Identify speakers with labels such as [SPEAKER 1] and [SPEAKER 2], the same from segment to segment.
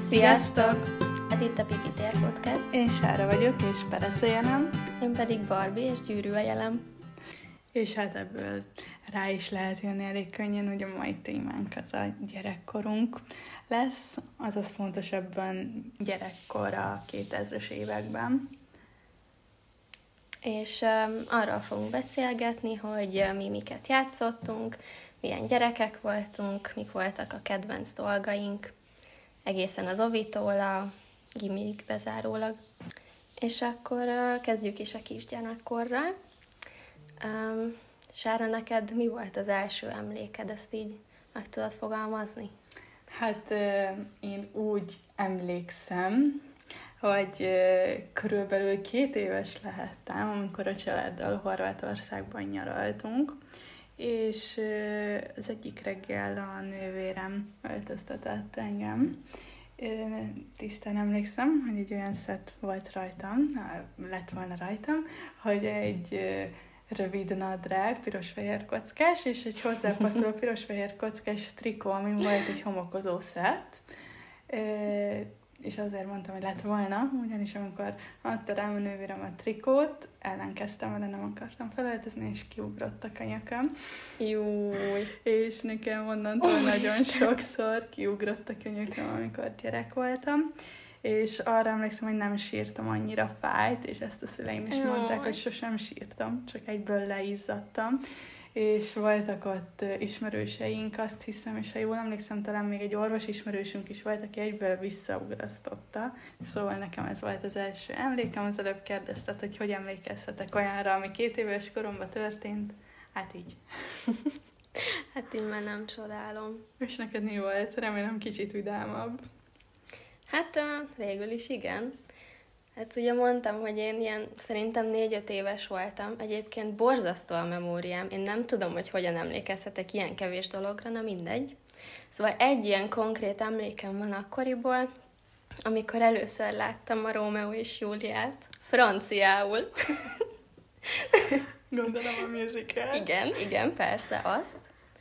[SPEAKER 1] Sziasztok!
[SPEAKER 2] Ez itt a Pipi Tér Podcast.
[SPEAKER 1] Én Sára vagyok, és Perec a jelem.
[SPEAKER 2] Én pedig Barbie, és Gyűrű a jelem.
[SPEAKER 1] És hát ebből rá is lehet jönni elég könnyen, hogy a mai témánk az a gyerekkorunk lesz, azaz pontosabban gyerekkor a 2000-es években.
[SPEAKER 2] És arról fogunk beszélgetni, hogy mi miket játszottunk, milyen gyerekek voltunk, mik voltak a kedvenc dolgaink, egészen az ovitól a gimig bezárólag. És akkor kezdjük is a kisgyerekkorral. Sára, neked mi volt az első emléked, ezt így meg tudod fogalmazni?
[SPEAKER 1] Hát én úgy emlékszem, hogy körülbelül 2 éves lehettem, amikor a családdal Horvátországban nyaraltunk, és az egyik reggel a nővérem öltöztetett engem. Tisztán emlékszem, hogy egy olyan szett volt lett volna rajtam, hogy egy rövid nadrág, piros-fehér kockás, és egy hozzápasszoló piros-fehér kockás trikó, amin volt egy homokozó szett. És azért mondtam, hogy lett volna, ugyanis amikor adta rám a nővérem a trikót, ellenkeztem, de nem akartam felöltözni, és kiugrottak a nyakam.
[SPEAKER 2] Júj!
[SPEAKER 1] És nekem onnantól nagyon sokszor kiugrottak a nyakam, amikor gyerek voltam. És arra emlékszem, hogy nem sírtam, annyira fájt, és ezt a szüleim is mondták, hogy sosem sírtam, csak egyből leizzadtam. És voltak ott ismerőseink, azt hiszem, és ha jól emlékszem, talán még egy orvos ismerősünk is volt, aki egyből visszaugrasztotta. Szóval nekem ez volt az első emlékem, az előbb kérdezted, hogy emlékezhetek olyanra, ami 2 éves koromban történt. Hát így.
[SPEAKER 2] Hát így már nem csodálom.
[SPEAKER 1] És neked mi volt? Remélem kicsit vidámabb.
[SPEAKER 2] Hát végül is igen. Hát ugye mondtam, hogy én szerintem 4-5 éves voltam. Egyébként borzasztó a memóriám. Én nem tudom, hogy hogyan emlékezhetek ilyen kevés dologra, na mindegy. Szóval egy ilyen konkrét emlékem van akkoriból, amikor először láttam a Rómeó és Júliát franciául.
[SPEAKER 1] Gondolom a musical.
[SPEAKER 2] Igen, persze, azt.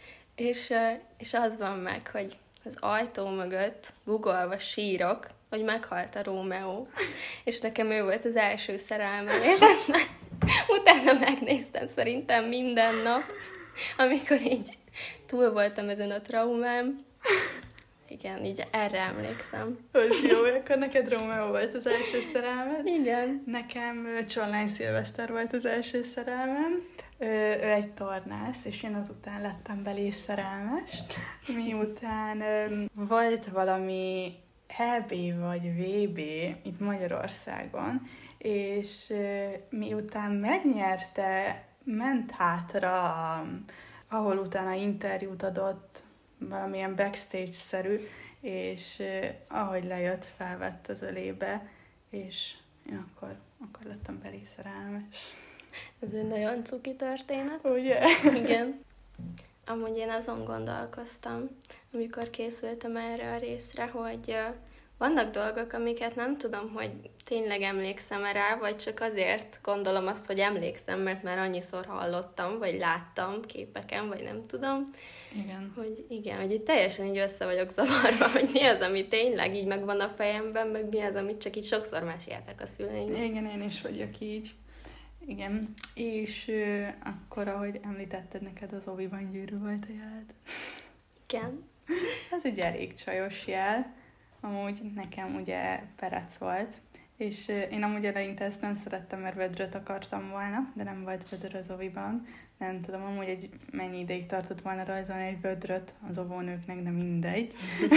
[SPEAKER 2] És az van meg, hogy az ajtó mögött googolva sírok, hogy meghalt a Rómeó, és nekem ő volt az első szerelmem, és aztán utána megnéztem szerintem minden nap, amikor így túl voltam ezen a traumám. Igen, így erre emlékszem.
[SPEAKER 1] Hogy jó, akkor neked Rómeó volt az első szerelmed?
[SPEAKER 2] Igen.
[SPEAKER 1] Nekem Csollány Szilveszter volt az első szerelmem. Ő egy tornász, és én azután lettem belé szerelmes. Miután volt valami EB vagy VB itt Magyarországon, és miután megnyerte, ment hátra, ahol utána interjút adott, valamilyen backstage-szerű, és ahogy lejött, felvett az ölébe, és én akkor lettem belé szerelmes.
[SPEAKER 2] Ez egy nagyon cuki történet.
[SPEAKER 1] Ugye?
[SPEAKER 2] Igen. Amúgy én azon gondolkoztam, amikor készültem erre a részre, hogy vannak dolgok, amiket nem tudom, hogy tényleg emlékszem rá, vagy csak azért gondolom azt, hogy emlékszem, mert már annyiszor hallottam, vagy láttam képeken, vagy nem tudom.
[SPEAKER 1] Igen.
[SPEAKER 2] Hogy itt teljesen így össze vagyok zavarva, hogy mi az, ami tényleg így megvan a fejemben, meg mi az, amit csak így sokszor meséltek a szüleim.
[SPEAKER 1] Igen, én is vagyok így. Igen, és akkor, ahogy említetted, neked az oviban Gyűrű volt a jeled.
[SPEAKER 2] Igen.
[SPEAKER 1] Ez egy elég csajos jel. Amúgy nekem ugye Perec volt, és én amúgy eleinte ezt nem szerettem, mert vödröt akartam volna, de nem volt vödör az oviban. Nem tudom, amúgy mennyi ideig tartott volna rajzolni egy vödröt az óvónőknek, de mindegy.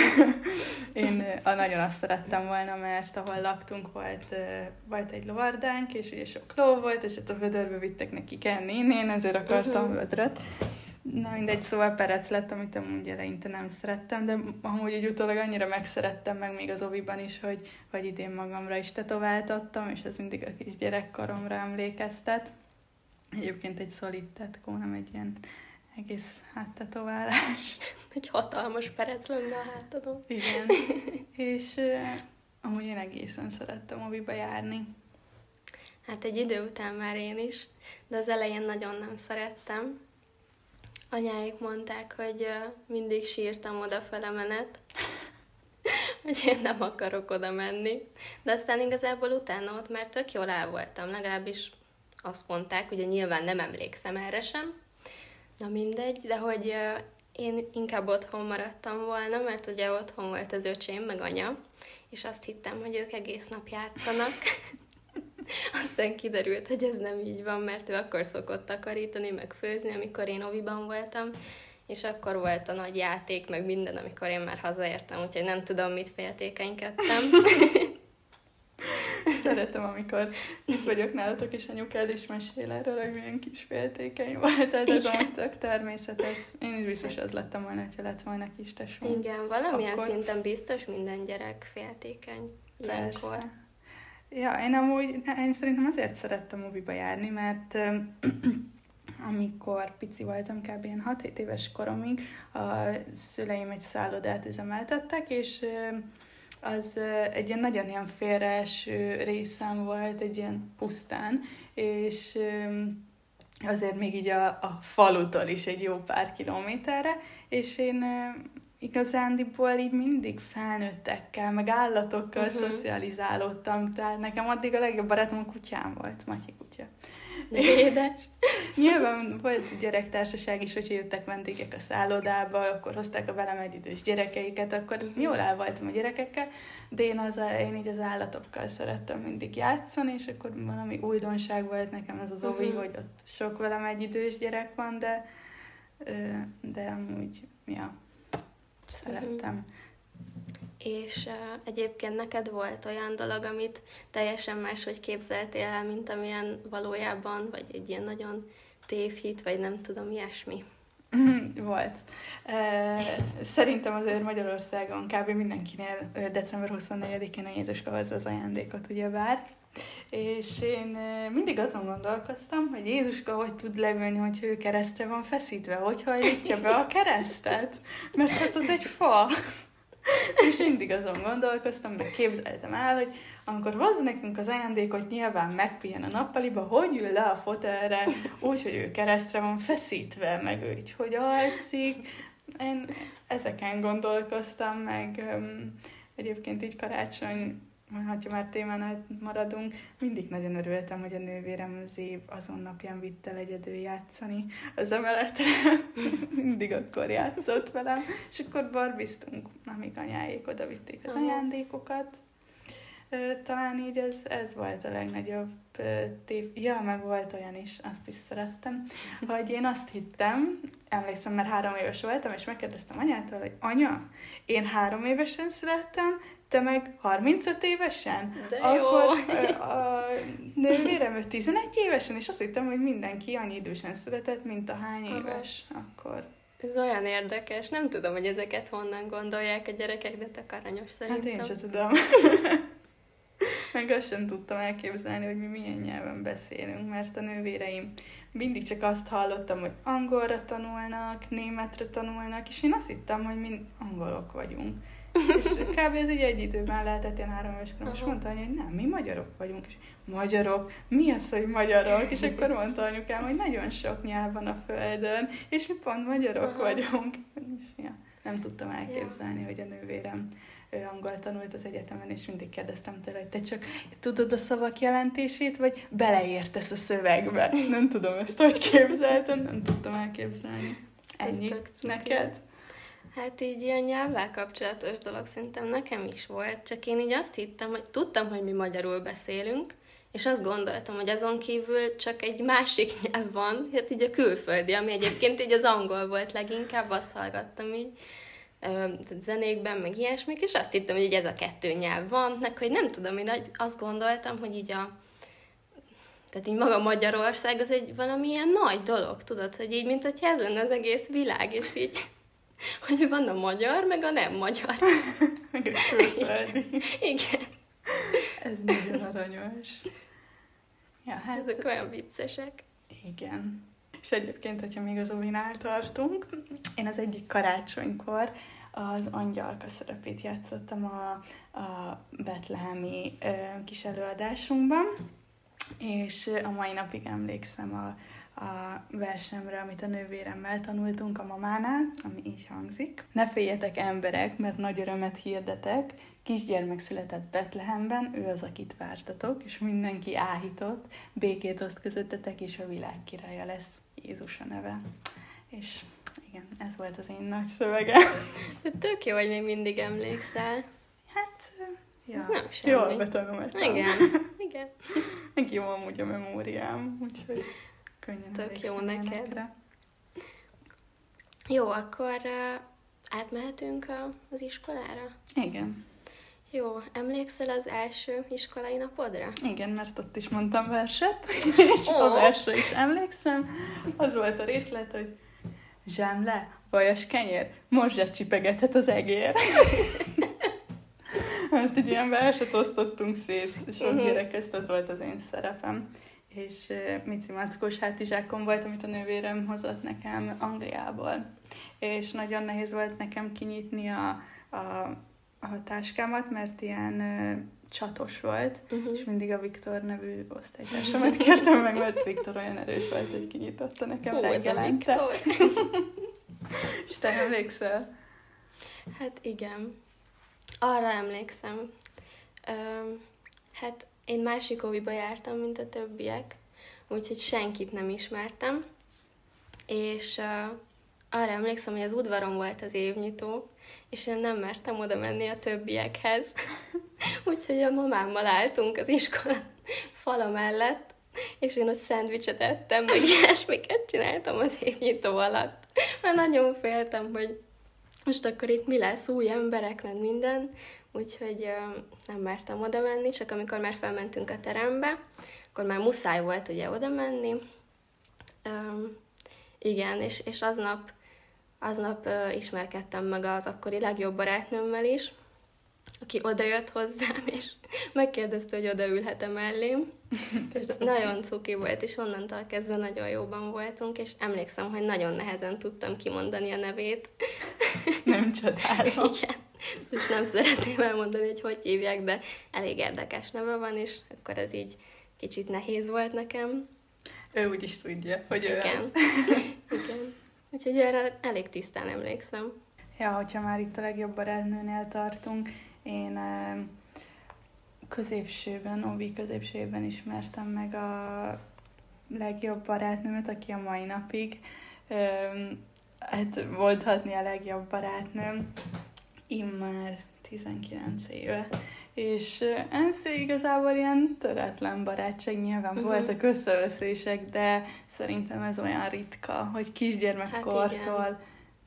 [SPEAKER 1] Én nagyon azt szerettem volna, mert ahol laktunk volt egy lovardánk, és ugye sok ló volt, és ott a vödörbe vittek nekik enni. Én ezért akartam vödröt. Na mindegy, szóval Perec lett, amit amúgy eleinte nem szerettem, de amúgy egy utólag annyira megszerettem meg még az oviban is, hogy idén magamra is tetováltattam, és ez mindig a kis gyerekkoromra emlékeztet. Egyébként egy szolid tetkó, nem egy ilyen egész háttetoválás.
[SPEAKER 2] Egy hatalmas Perec lenne a hátadon.
[SPEAKER 1] Igen. És amúgy én egészen szerettem oviba járni.
[SPEAKER 2] Hát egy idő után már én is, de az elején nagyon nem szerettem. Anyáik mondták, hogy mindig sírtam odafele menet, hogy én nem akarok oda menni. De aztán igazából utána ott már tök jól el voltam, legalábbis azt mondták, ugye nyilván nem emlékszem erre sem, na mindegy, de hogy én inkább otthon maradtam volna, mert ugye otthon volt az öcsém, meg anya, és azt hittem, hogy ők egész nap játszanak. Aztán kiderült, hogy ez nem így van, mert ő akkor szokott takarítani, meg főzni, amikor én oviban voltam, és akkor volt a nagy játék, meg minden, amikor én már hazaértem, úgyhogy nem tudom, mit féltékenykedtem.
[SPEAKER 1] Szeretem, amikor itt vagyok nálatok, és anyukád is mesél erről, hogy milyen kis féltékeny volt. Ez amúgy tök természetes. Én is biztos az lettem volna, ha lett volna kis tesóm.
[SPEAKER 2] Igen, valamilyen akkor... szinten biztos minden gyerek féltékeny ilyenkor.
[SPEAKER 1] Persze. Ja, én szerintem azért szerettem moviba járni, mert amikor pici voltam, kb. Ilyen 6-7 éves koromig, a szüleim egy szállodát üzemeltettek, és az egy ilyen nagyon ilyen félreeső részem volt, egy ilyen pusztán, és azért még így a falutól is egy jó pár kilométerre, és én igazándiból így mindig felnőttekkel, meg állatokkal szocializálódtam, tehát nekem addig a legjobb barátom a kutyám volt, Matyi kutya.
[SPEAKER 2] Édes.
[SPEAKER 1] Nyilván volt gyerektársaság is, hogyha jöttek vendégek a szállodába, akkor hozták a velem egyidős gyerekeiket, akkor jól el voltam a gyerekekkel, de én így az állatokkal szerettem mindig játszani, és akkor valami újdonság volt nekem ez az ovi, hogy ott sok velem egyidős gyerek van, de amúgy, ja, szerettem.
[SPEAKER 2] És egyébként neked volt olyan dolog, amit teljesen máshogy képzeltél el, mint amilyen valójában, vagy egy ilyen nagyon tévhit, vagy nem tudom, ilyesmi?
[SPEAKER 1] Volt. Szerintem azért Magyarországon kb. Mindenkinél december 24-én a Jézuska hozza az ajándékot, ugyebár. És én mindig azon gondolkoztam, hogy Jézuska hogy tud leülni, hogy ő keresztre van feszítve, hogy hajlítja be a keresztet, mert hát az egy fa. És mindig azon gondolkoztam, meg képzeltem el, hogy amikor hoz nekünk az ajándékot, nyilván megpihen a nappaliba, hogy ül le a fotelre, úgy, hogy ő keresztre van feszítve, meg ő így, hogy alszik. Én ezeken gondolkoztam, meg egyébként így karácsony, ha már témánál maradunk, mindig nagyon örültem, hogy a nővérem az év azon napján vitt el egyedül játszani az emeletre. Mindig akkor játszott velem, és akkor barbiztunk, amíg anyáék oda vitték az ajándékokat. Talán így ez volt a legnagyobb tév. Ja, meg volt olyan is, azt is szerettem, hogy én azt hittem, emlékszem, mert 3 éves voltam, és megkérdeztem anyától, hogy anya, én 3 évesen születtem, te meg 35 évesen?
[SPEAKER 2] De
[SPEAKER 1] akkor a nővérem 11 évesen, és azt hittem, hogy mindenki annyi idősen született, mint a hány éves akkor.
[SPEAKER 2] Ez olyan érdekes. Nem tudom, hogy ezeket honnan gondolják a gyerekek, de tök aranyos szerintem.
[SPEAKER 1] Hát én sem tudom. Meg azt sem tudtam elképzelni, hogy mi milyen nyelven beszélünk, mert a nővéreim mindig csak azt hallottam, hogy angolra tanulnak, németre tanulnak, és én azt hittem, hogy mi angolok vagyunk. És kb. Ez így egy időben lehetett, ilyen 3 éves korom, és mondta anya, hogy nem, mi magyarok vagyunk. És magyarok? Mi az, hogy magyarok? És akkor mondta anyukám, hogy nagyon sok nyelv van a földön, és mi pont magyarok vagyunk. És ja, nem tudtam elképzelni, hogy a nővérem angol tanult az egyetemen, és mindig kérdeztem tőle, hogy te csak tudod a szavak jelentését, vagy beleértesz a szövegbe? Nem tudom ezt, hogy képzeltem, nem tudtam elképzelni. Ennyi neked?
[SPEAKER 2] Hát így ilyen nyelvvel kapcsolatos dolog szerintem nekem is volt, csak én így azt hittem, hogy tudtam, hogy mi magyarul beszélünk, és azt gondoltam, hogy azon kívül csak egy másik nyelv van, hát így a külföldi, ami egyébként így az angol volt leginkább, azt hallgattam így zenékben, meg ilyesmik, és azt hittem, hogy így ez a 2 nyelv van, meg hogy nem tudom, én azt gondoltam, hogy így tehát így maga Magyarország az egy valami ilyen nagy dolog, tudod, hogy így, mint hogyha ez lenne az egész világ, és így hogy van a magyar, meg a nem magyar.
[SPEAKER 1] Meg a külföldi.
[SPEAKER 2] Igen.
[SPEAKER 1] Ez nagyon aranyos. Ja, hát...
[SPEAKER 2] Ezek olyan viccesek.
[SPEAKER 1] Igen. És egyébként, hogyha még az óvinál tartunk, én az egyik karácsonykor az angyalka szerepét játszottam a betlehemi kis előadásunkban, és a mai napig emlékszem a versemre, amit a nővéremmel tanultunk a mamánál, ami így hangzik. Ne féljetek emberek, mert nagy örömet hirdetek, kisgyermek született Betlehemben, ő az, akit vártatok, és mindenki áhított, békét oszt közöttetek, és a világ királya lesz, Jézus a neve. És igen, ez volt az én nagy szövegem.
[SPEAKER 2] De tök jó, hogy még mindig emlékszel.
[SPEAKER 1] Hát, ja,
[SPEAKER 2] ez nem semmi.
[SPEAKER 1] Jól betanultam.
[SPEAKER 2] Igen.
[SPEAKER 1] Meg jó amúgy a memóriám, úgyhogy könnyen
[SPEAKER 2] tök jó neked.
[SPEAKER 1] Ilyenekre.
[SPEAKER 2] Jó, akkor átmehetünk az iskolára?
[SPEAKER 1] Igen.
[SPEAKER 2] Jó, emlékszel az első iskolai napodra?
[SPEAKER 1] Igen, mert ott is mondtam verset, és a versre is emlékszem. Az volt a részlet, hogy zsámle, vajas kenyér, morzsát csipegethet az egér. Mert egy ilyen verset osztottunk szét, sok gyerekeszt, az volt az én szerepem. És Mici Mackós hátizsákom volt, amit a nővérem hozott nekem Angliából. És nagyon nehéz volt nekem kinyitni a táskámat, mert ilyen csatos volt, és mindig a Viktor nevű osztálytársamat kértem meg, mert Viktor olyan erős volt, hogy kinyitotta nekem reggelente. És te emlékszel?
[SPEAKER 2] Hát igen. Arra emlékszem. Hát én másik óviba jártam, mint a többiek, úgyhogy senkit nem ismertem, és arra emlékszem, hogy az udvaron volt az évnyitó, és én nem mertem oda menni a többiekhez. Úgyhogy a mamámmal álltunk az iskola fala mellett, és én ott szendvicset ettem, meg ilyesmiket csináltam az évnyitó alatt. Mert nagyon féltem, hogy most akkor itt mi lesz, új emberek, meg minden, úgyhogy nem mertem oda menni, csak amikor már felmentünk a terembe, akkor már muszáj volt ugye oda menni. Igen, és aznap ismerkedtem meg az akkori legjobb barátnőmmel is, aki odajött hozzám, és megkérdezte, hogy odaülhet-e mellém. És nagyon cuki volt, és onnantól kezdve nagyon jóban voltunk, és emlékszem, hogy nagyon nehezen tudtam kimondani a nevét.
[SPEAKER 1] Nem csodálom.
[SPEAKER 2] Igen. Szóval nem szeretném elmondani, hogy hívják, de elég érdekes neve van, és akkor ez így kicsit nehéz volt nekem.
[SPEAKER 1] Ő úgy is tudja, hogy ő az.
[SPEAKER 2] Igen. Úgyhogy erre elég tisztán emlékszem.
[SPEAKER 1] Ja, hogyha már itt a legjobb barátnőnél tartunk, én óvi középsőben ismertem meg a legjobb barátnőmet, aki a mai napig hát mondhatni a legjobb barátnőm, immár 19 éve. És ez igazából ilyen töretlen barátság, nyilván voltak összeveszések, de szerintem ez olyan ritka, hogy kisgyermekkortól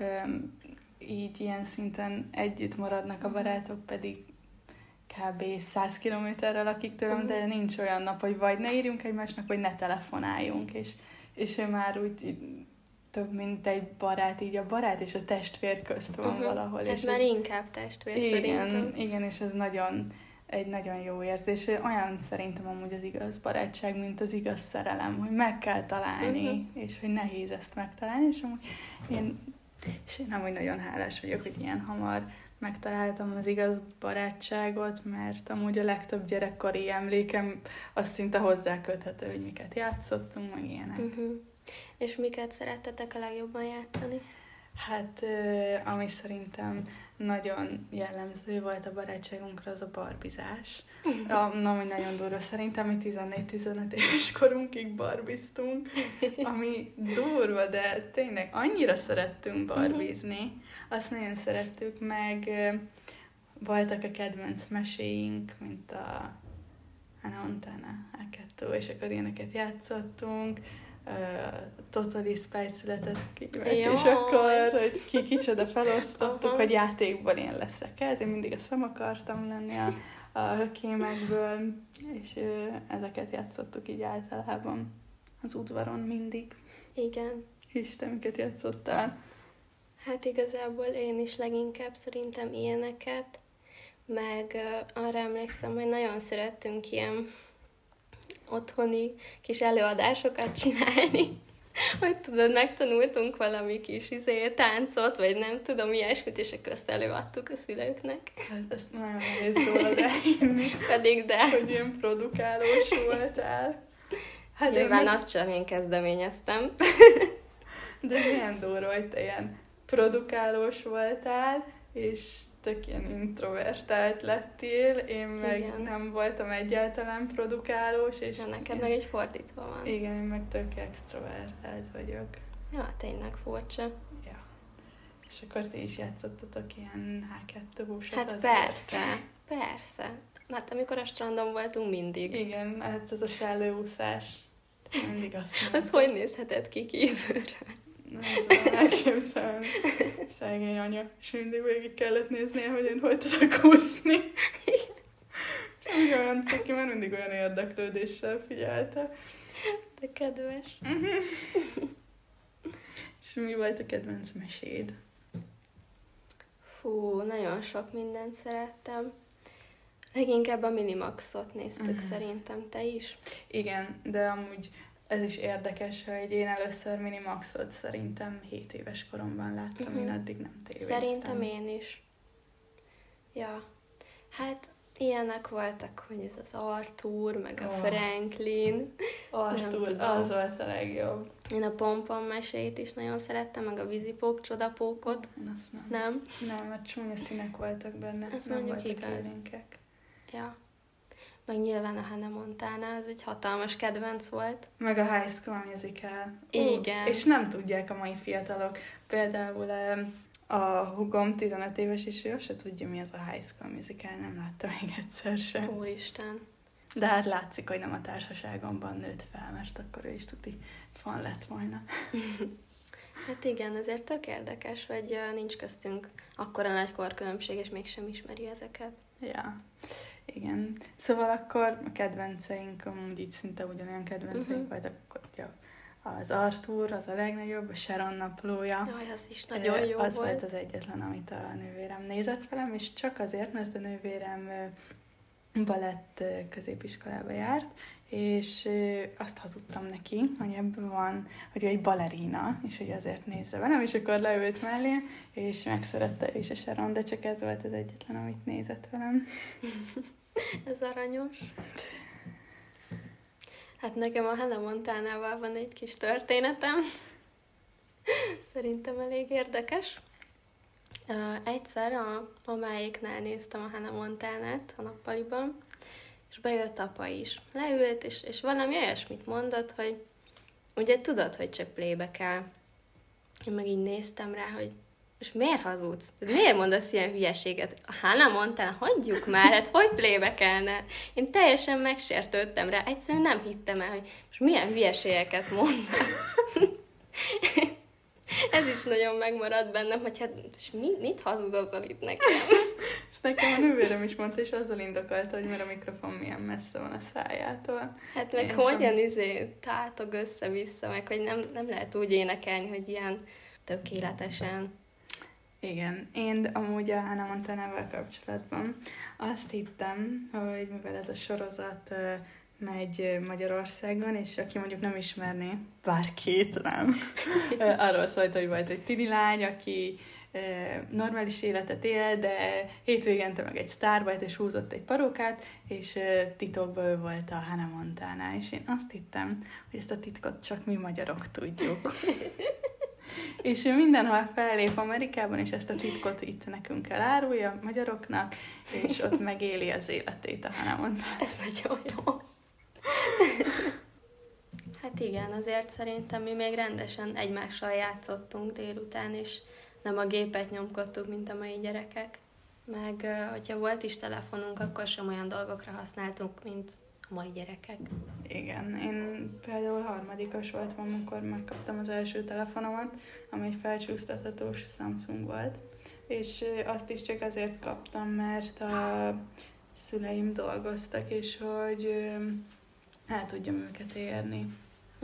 [SPEAKER 1] így ilyen szinten együtt maradnak a barátok, pedig kb. 100 kilométerrel lakik tőlem, de nincs olyan nap, hogy vagy ne írjunk egymásnak, vagy ne telefonáljunk, és ő már úgy több, mint egy barát, így a barát és a testvér közt van valahol.
[SPEAKER 2] Hát és már inkább testvér szerintem.
[SPEAKER 1] Igen, és ez egy nagyon jó érzés. Olyan szerintem amúgy az igaz barátság, mint az igaz szerelem, hogy meg kell találni, és hogy nehéz ezt megtalálni, és amúgy én amúgy nagyon hálás vagyok, hogy ilyen hamar megtaláltam az igaz barátságot, mert amúgy a legtöbb gyerekkori emlékem azt szinte hozzá köthető, hogy miket játszottunk, meg ilyenek.
[SPEAKER 2] És miket szerettetek a legjobban játszani?
[SPEAKER 1] Hát, ami szerintem nagyon jellemző volt a barátságunkra, az a barbizás. Ami nagyon durva. Szerintem mi 14-15 éves korunkig barbiztunk, ami durva, de tényleg annyira szerettünk barbizni. Azt nagyon szerettük, meg voltak a kedvenc meséink, mint a Hannah A2, és akkor ilyeneket játszottunk. Totally Spice született ki, és akkor, hogy kicsoda felosztottuk, hogy játékban én leszek ez. Én mindig ezt nem akartam lenni a hökémekből, és ezeket játszottuk így általában az udvaron mindig.
[SPEAKER 2] Igen.
[SPEAKER 1] És te miket játszottál?
[SPEAKER 2] Hát igazából én is leginkább szerintem ilyeneket, meg arra emlékszem, hogy nagyon szerettünk ilyen otthoni kis előadásokat csinálni, hogy tudod, megtanultunk valami kis táncot, vagy nem tudom, ilyesmit, és akkor azt előadtuk a szülőknek.
[SPEAKER 1] Hát ezt nagyon nehéz rólad elhinni.
[SPEAKER 2] Pedig de.
[SPEAKER 1] Hogy ilyen produkálós voltál. Hát
[SPEAKER 2] Nyilván azt sem én kezdeményeztem.
[SPEAKER 1] De milyen durva, hogy te ilyen produkálós voltál, és tök ilyen introvertált lettél, én meg
[SPEAKER 2] Igen.
[SPEAKER 1] nem voltam egyáltalán produkálós, és
[SPEAKER 2] Ja, neked meg egy fordítva van.
[SPEAKER 1] igen, én meg tök extrovertált vagyok.
[SPEAKER 2] Ja, tényleg furcsa.
[SPEAKER 1] Ja. És akkor ti is játszottatok ilyen H2-húsat?
[SPEAKER 2] Hát persze. Hát amikor a strandon voltunk, mindig.
[SPEAKER 1] Igen, hát ez a sellőúszás. Mindig azt mondom.
[SPEAKER 2] Az hogy nézhetett ki kívülről?
[SPEAKER 1] Nem tudom elképzelni. Szegény anya. És mindig végig kellett néznie, hogy én hogy tudok úszni. És olyan cuki, mert mindig olyan érdeklődéssel figyelte.
[SPEAKER 2] De kedves.
[SPEAKER 1] És mi volt a kedvenc meséd?
[SPEAKER 2] Fú, nagyon sok mindent szerettem. Leginkább a Minimaxot néztük szerintem, te is.
[SPEAKER 1] Igen, de amúgy ez is érdekes, hogy én először Minimaxot szerintem 7 éves koromban láttam, én addig nem tévéztem.
[SPEAKER 2] Szerintem én is. Ja. Hát ilyenek voltak, hogy ez az Arthur, meg a Franklin.
[SPEAKER 1] Arthur, az volt a legjobb.
[SPEAKER 2] Én a Pompom mesét is nagyon szerettem, meg a Vízipók, Csodapókot.
[SPEAKER 1] Én azt
[SPEAKER 2] Nem?
[SPEAKER 1] Nem, mert csúnya színek voltak benne.
[SPEAKER 2] Ez
[SPEAKER 1] nem
[SPEAKER 2] mondjuk
[SPEAKER 1] voltak
[SPEAKER 2] igaz.
[SPEAKER 1] élénkek.
[SPEAKER 2] Ja. Meg nyilván a Hannah Montana, az egy hatalmas kedvenc volt.
[SPEAKER 1] Meg a High School Musical.
[SPEAKER 2] Igen.
[SPEAKER 1] És nem tudják a mai fiatalok. Például a hugom 15 éves, és ő se tudja, mi az a High School Musical. Nem látta még egyszer sem.
[SPEAKER 2] Úristen.
[SPEAKER 1] De hát látszik, hogy nem a társaságomban nőtt fel, mert akkor ő is tuti fan lett volna.
[SPEAKER 2] Hát igen, ezért tök érdekes, hogy nincs köztünk akkora nagy korkülönbség, és mégsem ismeri ezeket.
[SPEAKER 1] Ja, igen. Szóval akkor a kedvenceink, amúgy így szinte ugyanolyan kedvenceink voltak, akkor ugye az Arthur, az a legnagyobb, a Sharon naplója.
[SPEAKER 2] Jaj, az is nagyon jó
[SPEAKER 1] az
[SPEAKER 2] volt.
[SPEAKER 1] volt az egyetlen, amit a nővérem nézett velem, és csak azért, mert a nővérem balett középiskolába járt, és azt hazudtam neki, hogy ebből van, hogy ő egy balerina, és hogy azért nézze velem, és akkor leült mellé, és megszerette is a Sharon, de csak ez volt az egyetlen, amit nézett velem.
[SPEAKER 2] Ez aranyos. Hát nekem a Hannah Montanával van egy kis történetem. Szerintem elég érdekes. Egyszer a mamáéknál néztem a Hannah Montanát a nappaliban, és bejött apa is. Leült, és valami olyasmit mondott, hogy ugye tudod, hogy csak playback-el. Én meg így néztem rá, hogy és miért hazudsz? Miért mondasz ilyen hülyeséget? A Hannah Montana, hagyjuk már, hát hogy playback-elne? Én teljesen megsértődtem rá, egyszerűen nem hittem el, hogy most milyen hülyeségeket mondasz. Ez is nagyon megmaradt bennem, hogy hát és mit hazudozol itt nekem?
[SPEAKER 1] Ezt nekem a nővérem is mondta, és azzal indokolta, hogy mert a mikrofon milyen messze van a szájától.
[SPEAKER 2] Hát meg
[SPEAKER 1] Én
[SPEAKER 2] hogyan tátog össze-vissza, meg hogy nem lehet úgy énekelni, hogy ilyen tökéletesen.
[SPEAKER 1] Igen, én amúgy a Hannah Montanával kapcsolatban azt hittem, hogy mivel ez a sorozat megy Magyarországon, és aki mondjuk nem ismerné, bárkit nem, arról szólt, hogy volt egy tini lány, aki normális életet él, de hétvégente meg egy sztár volt, és húzott egy parókát, és titokban ő volt a Hannah Montana, és én azt hittem, hogy ezt a titkot csak mi magyarok tudjuk. És ő mindenhol fellép Amerikában, és ezt a titkot itt nekünk elárulja, magyaroknak, és ott megéli az életét a Hannah Montana.
[SPEAKER 2] Ez nagyon jó. Hát igen, azért szerintem mi még rendesen egymással játszottunk délután, és nem a gépet nyomkodtuk, mint a mai gyerekek. Meg, hogyha volt is telefonunk, akkor sem olyan dolgokra használtunk, mint a mai gyerekek.
[SPEAKER 1] Igen, én például harmadikos voltam, amikor megkaptam az első telefonomat, ami egy felcsúsztathatós Samsung volt, és azt is csak azért kaptam, mert a szüleim dolgoztak, és hogy el tudjam őket érni.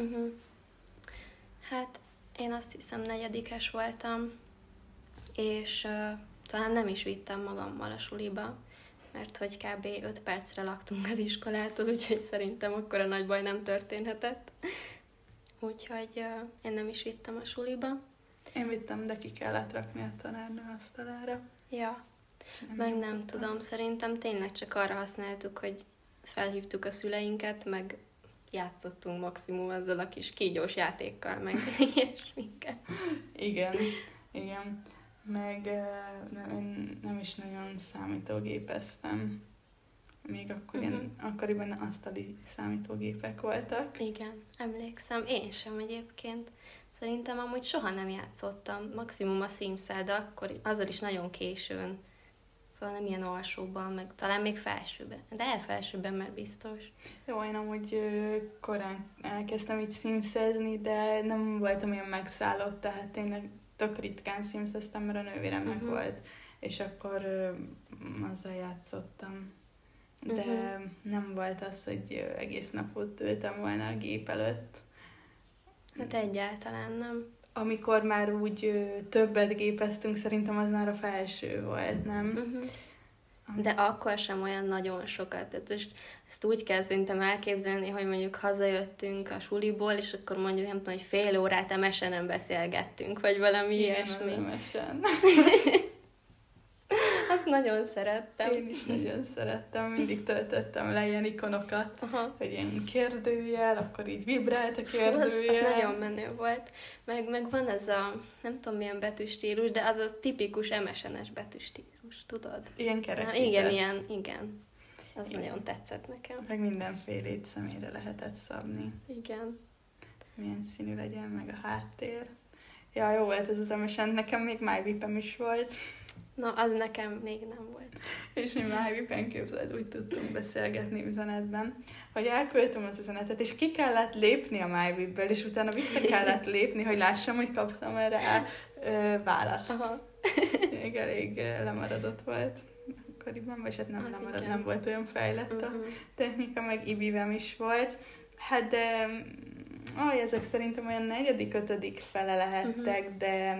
[SPEAKER 2] Hát én azt hiszem negyedikes voltam, és talán nem is vittem magammal a suliba, mert hogy kb. 5 percre laktunk az iskolától, úgyhogy szerintem akkora nagy baj nem történhetett. Úgyhogy én nem is vittem a suliba.
[SPEAKER 1] Én vittem, de ki kellett rakni a tanárnő asztalára.
[SPEAKER 2] Ja, meg nem tudom, szerintem tényleg csak arra használtuk, hogy felhívtuk a szüleinket, meg játszottunk maximum azzal a kis kígyós játékkal, meg ilyesmikkel.
[SPEAKER 1] Igen. Meg én nem is nagyon számítógépeztem. Még akkoriban asztali számítógépek voltak.
[SPEAKER 2] Igen, emlékszem. Én sem egyébként. Szerintem amúgy soha nem játszottam. Maximum a Sims-el, de akkor azzal is nagyon későn. Szóval nem ilyen alsóban, meg talán még felsőben. De felsőben már biztos.
[SPEAKER 1] Jó, én amúgy korán elkezdtem így simszezni, de nem voltam ilyen megszállott, tehát tényleg tök ritkán simszeztem, mert a nővéremnek volt. És akkor azzal játszottam. De nem volt az, hogy egész napot ültem volna a gép előtt.
[SPEAKER 2] Hát egyáltalán nem.
[SPEAKER 1] Amikor már úgy többet gépeztünk, szerintem az már a felső volt, nem?
[SPEAKER 2] De akkor sem olyan nagyon sokat. Tehát most ezt úgy kell szerintem elképzelni, hogy mondjuk hazajöttünk a suliból, és akkor mondjuk nem tudom, hogy fél órát MSN-en beszélgettünk, vagy valami ilyesmi.
[SPEAKER 1] MSN.
[SPEAKER 2] Azt nagyon szerettem.
[SPEAKER 1] Én is nagyon szerettem, mindig töltöttem le ilyen ikonokat, hogy ilyen kérdőjel, akkor így vibrált a kérdőjel.
[SPEAKER 2] Az nagyon menő volt. Meg van ez a, nem tudom milyen betűstílus, de az a tipikus MSN-es betűstílus, tudod?
[SPEAKER 1] Ilyen kerekített.
[SPEAKER 2] Igen. Az nagyon tetszett nekem.
[SPEAKER 1] Meg mindenfélét személyre lehetett szabni.
[SPEAKER 2] Igen.
[SPEAKER 1] Milyen színű legyen, meg a háttér. Ja, jó volt ez az MSN, nekem még MyVip-em is volt.
[SPEAKER 2] Na, az nekem még nem volt.
[SPEAKER 1] És mi MyVip-en képzeld, úgy tudtunk beszélgetni üzenetben, hogy elküldtem az üzenetet, és ki kellett lépni a MyVip-ből, és utána vissza kellett lépni, hogy lássam, hogy kaptam erre választ. Még elég lemaradott volt akkoriban, vagy hát nem lemaradott, nem volt olyan fejlett a technika, meg IBIVem is volt. Hát de ezek szerintem olyan 4.-5. fele lehettek,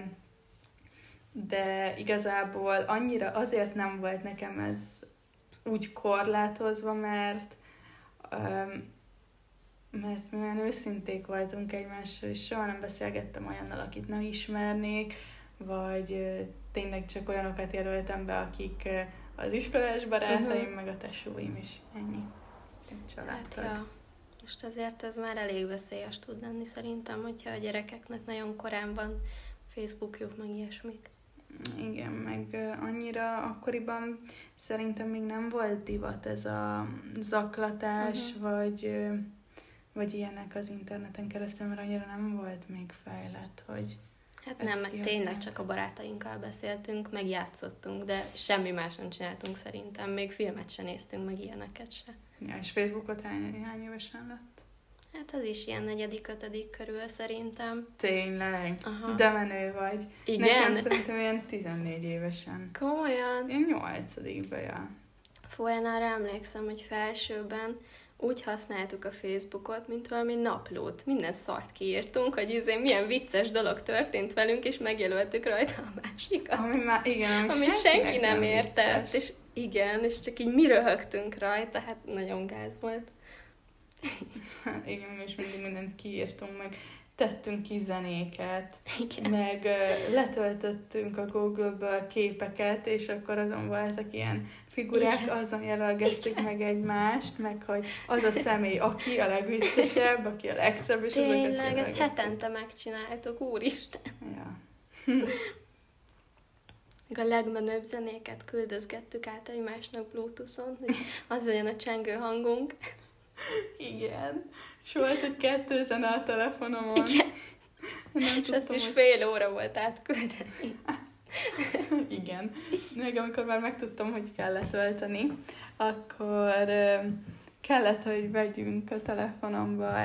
[SPEAKER 1] de igazából annyira azért nem volt nekem ez úgy korlátozva, mert mi olyan őszinték voltunk egymással, és soha nem beszélgettem olyannal, akit nem ismernék, vagy tényleg csak olyanokat jelöltem be, akik az iskolás barátaim, meg a tesóim is. Ennyi. Családtag.
[SPEAKER 2] Hát, ja. Most azért ez már elég veszélyes tud lenni szerintem, hogyha a gyerekeknek nagyon korán van Facebookjuk, meg ilyesmik.
[SPEAKER 1] Igen, meg annyira akkoriban szerintem még nem volt divat ez a zaklatás, vagy ilyenek az interneten keresztül, mert annyira nem volt még fejlett, hogy
[SPEAKER 2] hát nem, meg tényleg csak a barátainkkal beszéltünk, meg játszottunk, de semmi más nem csináltunk szerintem, még filmet se néztünk, meg ilyeneket se.
[SPEAKER 1] Ja, és Facebookot hány évesen lett?
[SPEAKER 2] Hát az is ilyen 4.-5. körül szerintem.
[SPEAKER 1] Tényleg? Aha. De menő vagy.
[SPEAKER 2] Igen?
[SPEAKER 1] Nekem szerintem ilyen 14 évesen.
[SPEAKER 2] Komolyan?
[SPEAKER 1] Én 8-ba, ja.
[SPEAKER 2] Én arra emlékszem, hogy felsőben úgy használtuk a Facebookot, mint valami naplót. Minden szart kiírtunk, hogy milyen vicces dolog történt velünk, és megjelöltük rajta a másikat.
[SPEAKER 1] Ami
[SPEAKER 2] senki nem értett. És igen, és csak így mi röhögtünk rajta, hát nagyon gáz volt.
[SPEAKER 1] Hát igen, mi is mindig mindent kiírtunk, meg tettünk ki zenéket,
[SPEAKER 2] igen.
[SPEAKER 1] Meg letöltöttünk a Google-ből képeket, és akkor azon voltak ilyen figurák, igen. Azon jelölgettük meg egymást, meg hogy az a személy, aki a legviccesebb, aki a legszebb, és
[SPEAKER 2] tényleg, ezt hetente megcsináltuk, úristen.
[SPEAKER 1] Ja.
[SPEAKER 2] A legmenőbb zenéket küldözgettük át egymásnak Bluetooth-on, hogy az legyen a csengő hangunk.
[SPEAKER 1] Igen. És volt egy 2 zene a telefonomon.
[SPEAKER 2] Igen. És ezt is fél óra volt átküldeni.
[SPEAKER 1] Igen. Még amikor már megtudtam, hogy kell letölteni, akkor kellett, hogy vegyünk a telefonomba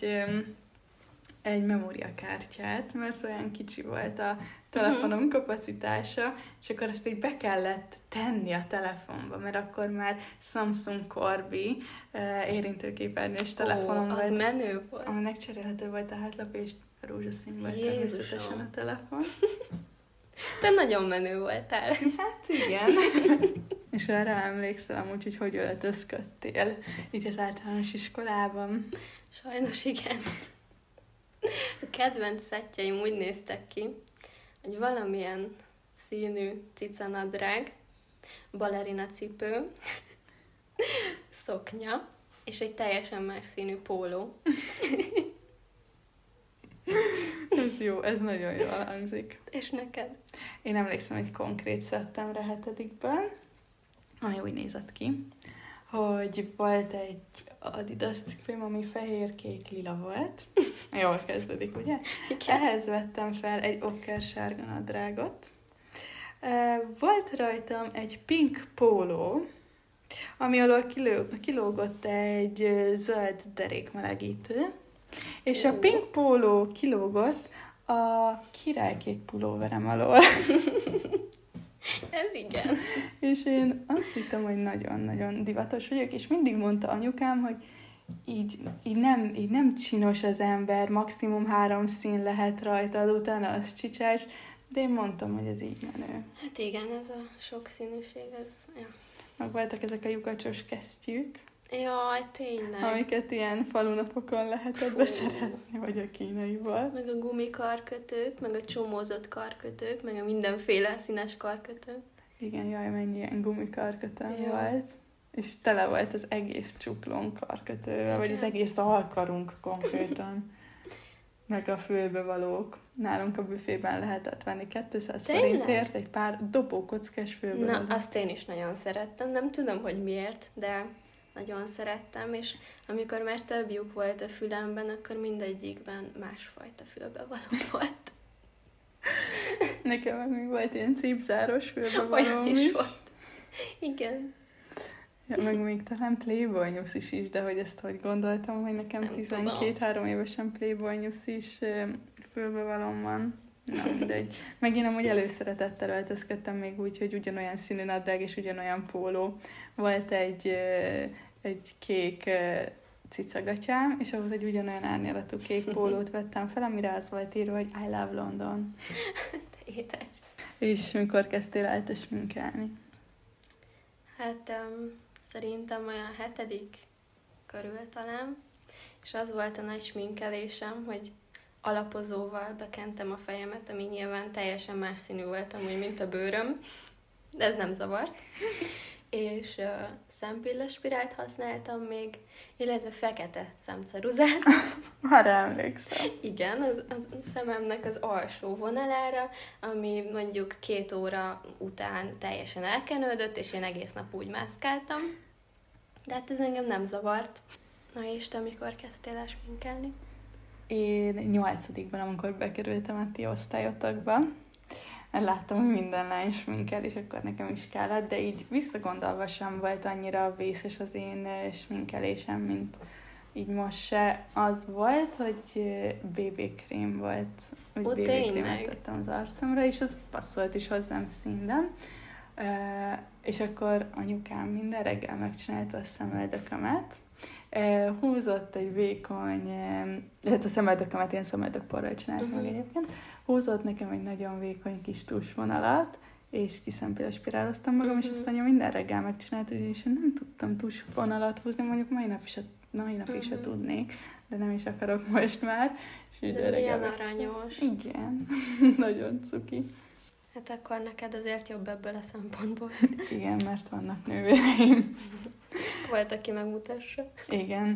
[SPEAKER 1] egy memóriakártyát, mert olyan kicsi volt a telefonom kapacitása, és akkor ezt így be kellett tenni a telefonba, mert akkor már Samsung Corby érintőképernyős telefonom volt.
[SPEAKER 2] Az menő volt.
[SPEAKER 1] Aminek cserélhető volt a hátlap, és rózsaszín volt természetesen a telefon.
[SPEAKER 2] Te nagyon menő voltál.
[SPEAKER 1] Hát igen. És arra emlékszel amúgy, hogy öltözködtél így az általános iskolában.
[SPEAKER 2] Sajnos igen. A kedvenc szettjeim úgy néztek ki, hogy valamilyen színű cicanadrág, balerina cipő, szoknya, És egy teljesen más színű póló.
[SPEAKER 1] Ez jó, ez nagyon jól hangzik.
[SPEAKER 2] És neked?
[SPEAKER 1] Én emlékszem, hogy konkrét szeptember 7-ben, ami úgy nézett ki, hogy volt egy Adidas cipőm, ami fehér, kék, lila volt. Jól kezdődik, ugye?
[SPEAKER 2] Igen.
[SPEAKER 1] Ehhez vettem fel egy okkersárga nadrágot. Volt rajtam egy pink póló, ami alól kilógott egy zöld derékmelegítő, és a pink póló kilógott a királykék pulóverem alól.
[SPEAKER 2] Ez igen.
[SPEAKER 1] És én azt hittem, hogy nagyon-nagyon divatos vagyok, és mindig mondta anyukám, hogy így nem csinos az ember, maximum 3 szín lehet rajta, utána az csicsás, de én mondtam, hogy ez így menő.
[SPEAKER 2] Hát igen, ez a sokszínűség, ez... Ja.
[SPEAKER 1] Meg voltak ezek a lyukacsos kesztyűk,
[SPEAKER 2] Jaj, tényleg.
[SPEAKER 1] amiket ilyen falunapokon lehetett beszerezni, vagy a kínaiból.
[SPEAKER 2] Meg a gumikarkötők, meg a csomózott karkötők, meg a mindenféle színes karkötők.
[SPEAKER 1] Igen, jaj, mennyi ilyen gumikarkötőm
[SPEAKER 2] Ja.
[SPEAKER 1] volt. És tele volt az egész csuklón karkötővel, vagy az egész alkarunk konkrétan. Meg a fülbevalók. Nálunk a büfében lehetett venni 200
[SPEAKER 2] Tényleg?
[SPEAKER 1] forintért egy pár dobókockás fülbevalót.
[SPEAKER 2] Na, azt én is nagyon szerettem. Nem tudom, hogy miért, de nagyon szerettem, és amikor már több lyuk volt a fülemben, akkor mindegyikben másfajta fülbevaló volt.
[SPEAKER 1] Nekem meg még volt ilyen cipzáros fülbevaló
[SPEAKER 2] Olyan is volt. Igen.
[SPEAKER 1] Ja, meg még talán Playboy nyuszis is, de hogy ezt hogy gondoltam, hogy nekem
[SPEAKER 2] Nem
[SPEAKER 1] 12-3 évesen Playboy nyuszis fülbevalom van. Na, mindegy. Meg én amúgy előszeretettel öltözködtem még úgy, hogy ugyanolyan színű nadrág és ugyanolyan póló. Volt egy kék cicagatyám, és ahhoz egy ugyanolyan árnyalatú kék pólót vettem fel, amire az volt írva, hogy I love London.
[SPEAKER 2] Te édes.
[SPEAKER 1] És mikor kezdtél el te sminkelni?
[SPEAKER 2] Hát szerintem olyan 7. körül talán, és az volt a nagy sminkelésem, hogy alapozóval bekentem a fejemet, ami nyilván teljesen más színű volt amúgy, mint a bőröm, de ez nem zavart. És szempillaspirált használtam még, illetve fekete szemceruzát.
[SPEAKER 1] Már emlékszem.
[SPEAKER 2] Igen, az szememnek az alsó vonalára, ami mondjuk 2 óra után teljesen elkenődött, és én egész nap úgy mászkáltam. De hát ez engem nem zavart. Na és te mikor kezdtél el sminkelni?
[SPEAKER 1] Én 8-ban, amikor bekerültem a ti osztályotokba, mert láttam, hogy minden lány sminkel, és akkor nekem is kellett, de így visszagondolva sem volt annyira vészes az én sminkelésem, mint így most se. Az volt, hogy BB krém volt, hogy BB krémet tettem az arcomra, és az passzolt is hozzám színden. És akkor anyukám minden reggel megcsinálta a szemöldökömet, húzott egy vékony, illetve a szemöldökömet én szemöldökporral csináltam meg egyébként, húzott nekem egy nagyon vékony kis tusvonalat, és kiszempillospiráloztam magam, és azt anya minden reggel megcsinálta, és én nem tudtam tusvonalat húzni, mondjuk mai nap is se tudnék, de nem is akarok most már. És
[SPEAKER 2] de milyen aranyos.
[SPEAKER 1] Igen, nagyon cuki.
[SPEAKER 2] Hát akkor neked azért jobb ebből a szempontból.
[SPEAKER 1] Igen, mert vannak nővéreim.
[SPEAKER 2] Volt, aki megmutassa.
[SPEAKER 1] Igen.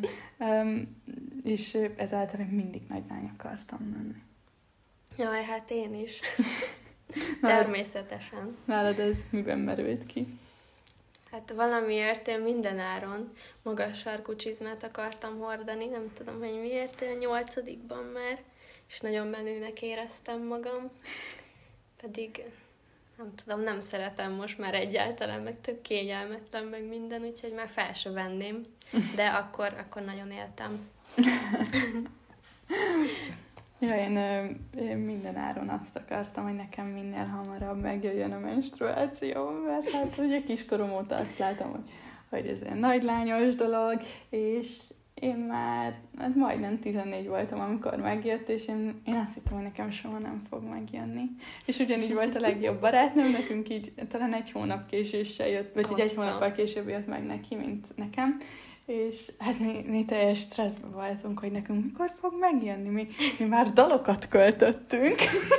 [SPEAKER 1] És ezáltal én mindig nagy lány akartam lenni.
[SPEAKER 2] Jaj, hát én is. Természetesen.
[SPEAKER 1] Nálad ez miben merült ki?
[SPEAKER 2] Hát valamiért én minden áron magas sarkú csizmát akartam hordani, nem tudom, hogy miért, én 8-ban már, és nagyon menőnek éreztem magam. Pedig nem tudom, nem szeretem most már egyáltalán, meg tök kényelmetlen, meg minden, úgyhogy már fel se venném. De akkor nagyon éltem.
[SPEAKER 1] Ja, én minden áron azt akartam, hogy nekem minél hamarabb megjöjjön a menstruáció, mert hát ugye kiskorom óta azt látom, hogy ez egy nagylányos dolog, és én már majdnem 14 voltam, amikor megjött, és én azt hittem, hogy nekem soha nem fog megjönni. És ugyanígy volt a legjobb barátnőm, nekünk így talán 1 hónap késéssel jött, vagy 1 hónappal később jött meg neki, mint nekem. És hát mi teljes stresszben voltunk, hogy nekünk mikor fog megjönni. Mi már dalokat költöttünk.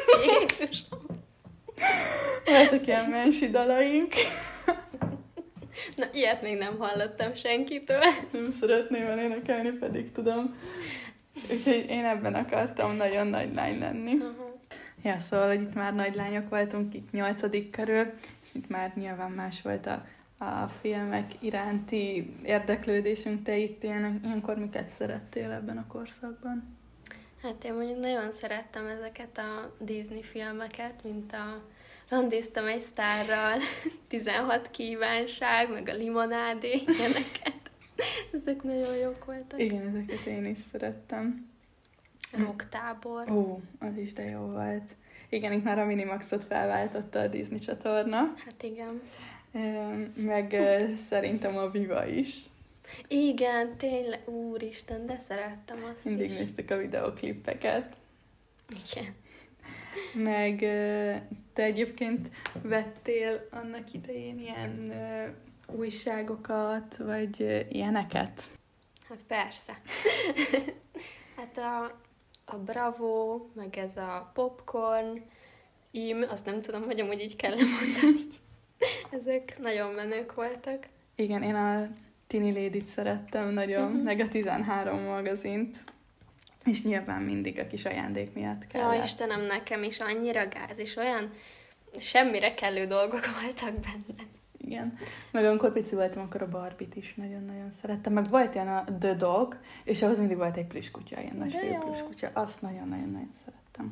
[SPEAKER 2] Jézusom!
[SPEAKER 1] Voltak ilyen mensi dalaink.
[SPEAKER 2] Na, ilyet még nem hallottam senkitől.
[SPEAKER 1] Nem szeretném elénekelni, pedig tudom. Úgyhogy én ebben akartam nagyon nagy lány lenni. Ja, szóval, hogy itt már nagy lányok voltunk, itt 8. körül, itt már nyilván más volt a filmek iránti érdeklődésünk. Te itt ilyenkor miket szerettél ebben a korszakban?
[SPEAKER 2] Hát én mondjuk nagyon szerettem ezeket a Disney filmeket, mint a Randiztam egy sztárral, 16 kívánság, meg a limonádé, ilyeneket. Ezek nagyon jók voltak.
[SPEAKER 1] Igen, ezeket én is szerettem.
[SPEAKER 2] Rocktábor.
[SPEAKER 1] Ó, az is de jó volt. Igen, itt már a Minimaxot felváltotta a Disney csatorna.
[SPEAKER 2] Hát igen.
[SPEAKER 1] Meg szerintem a Viva is.
[SPEAKER 2] Igen, tényleg, úristen, de szerettem azt
[SPEAKER 1] Mindig
[SPEAKER 2] is.
[SPEAKER 1] néztük a videóklippeket.
[SPEAKER 2] Igen.
[SPEAKER 1] Meg te egyébként vettél annak idején ilyen újságokat, vagy ilyeneket?
[SPEAKER 2] Hát persze. Hát a Bravo, meg ez a Popcorn, azt nem tudom, hogy amúgy így kell mondani. Ezek nagyon menők voltak.
[SPEAKER 1] Igen, én a Tini Lady-t szerettem nagyon, meg a 13 magazint. És nyilván mindig a kis ajándék miatt kellett.
[SPEAKER 2] Ja, Istenem, nekem is annyira gáz, és olyan semmire kellő dolgok voltak benne.
[SPEAKER 1] Igen. Meg amikor pici voltam, akkor a Barbie-t is nagyon-nagyon szerettem. Meg volt ilyen a The Dog, és ahhoz mindig volt egy pliskutya, ilyen nagy fél pliskutya. Azt nagyon-nagyon-nagyon szerettem.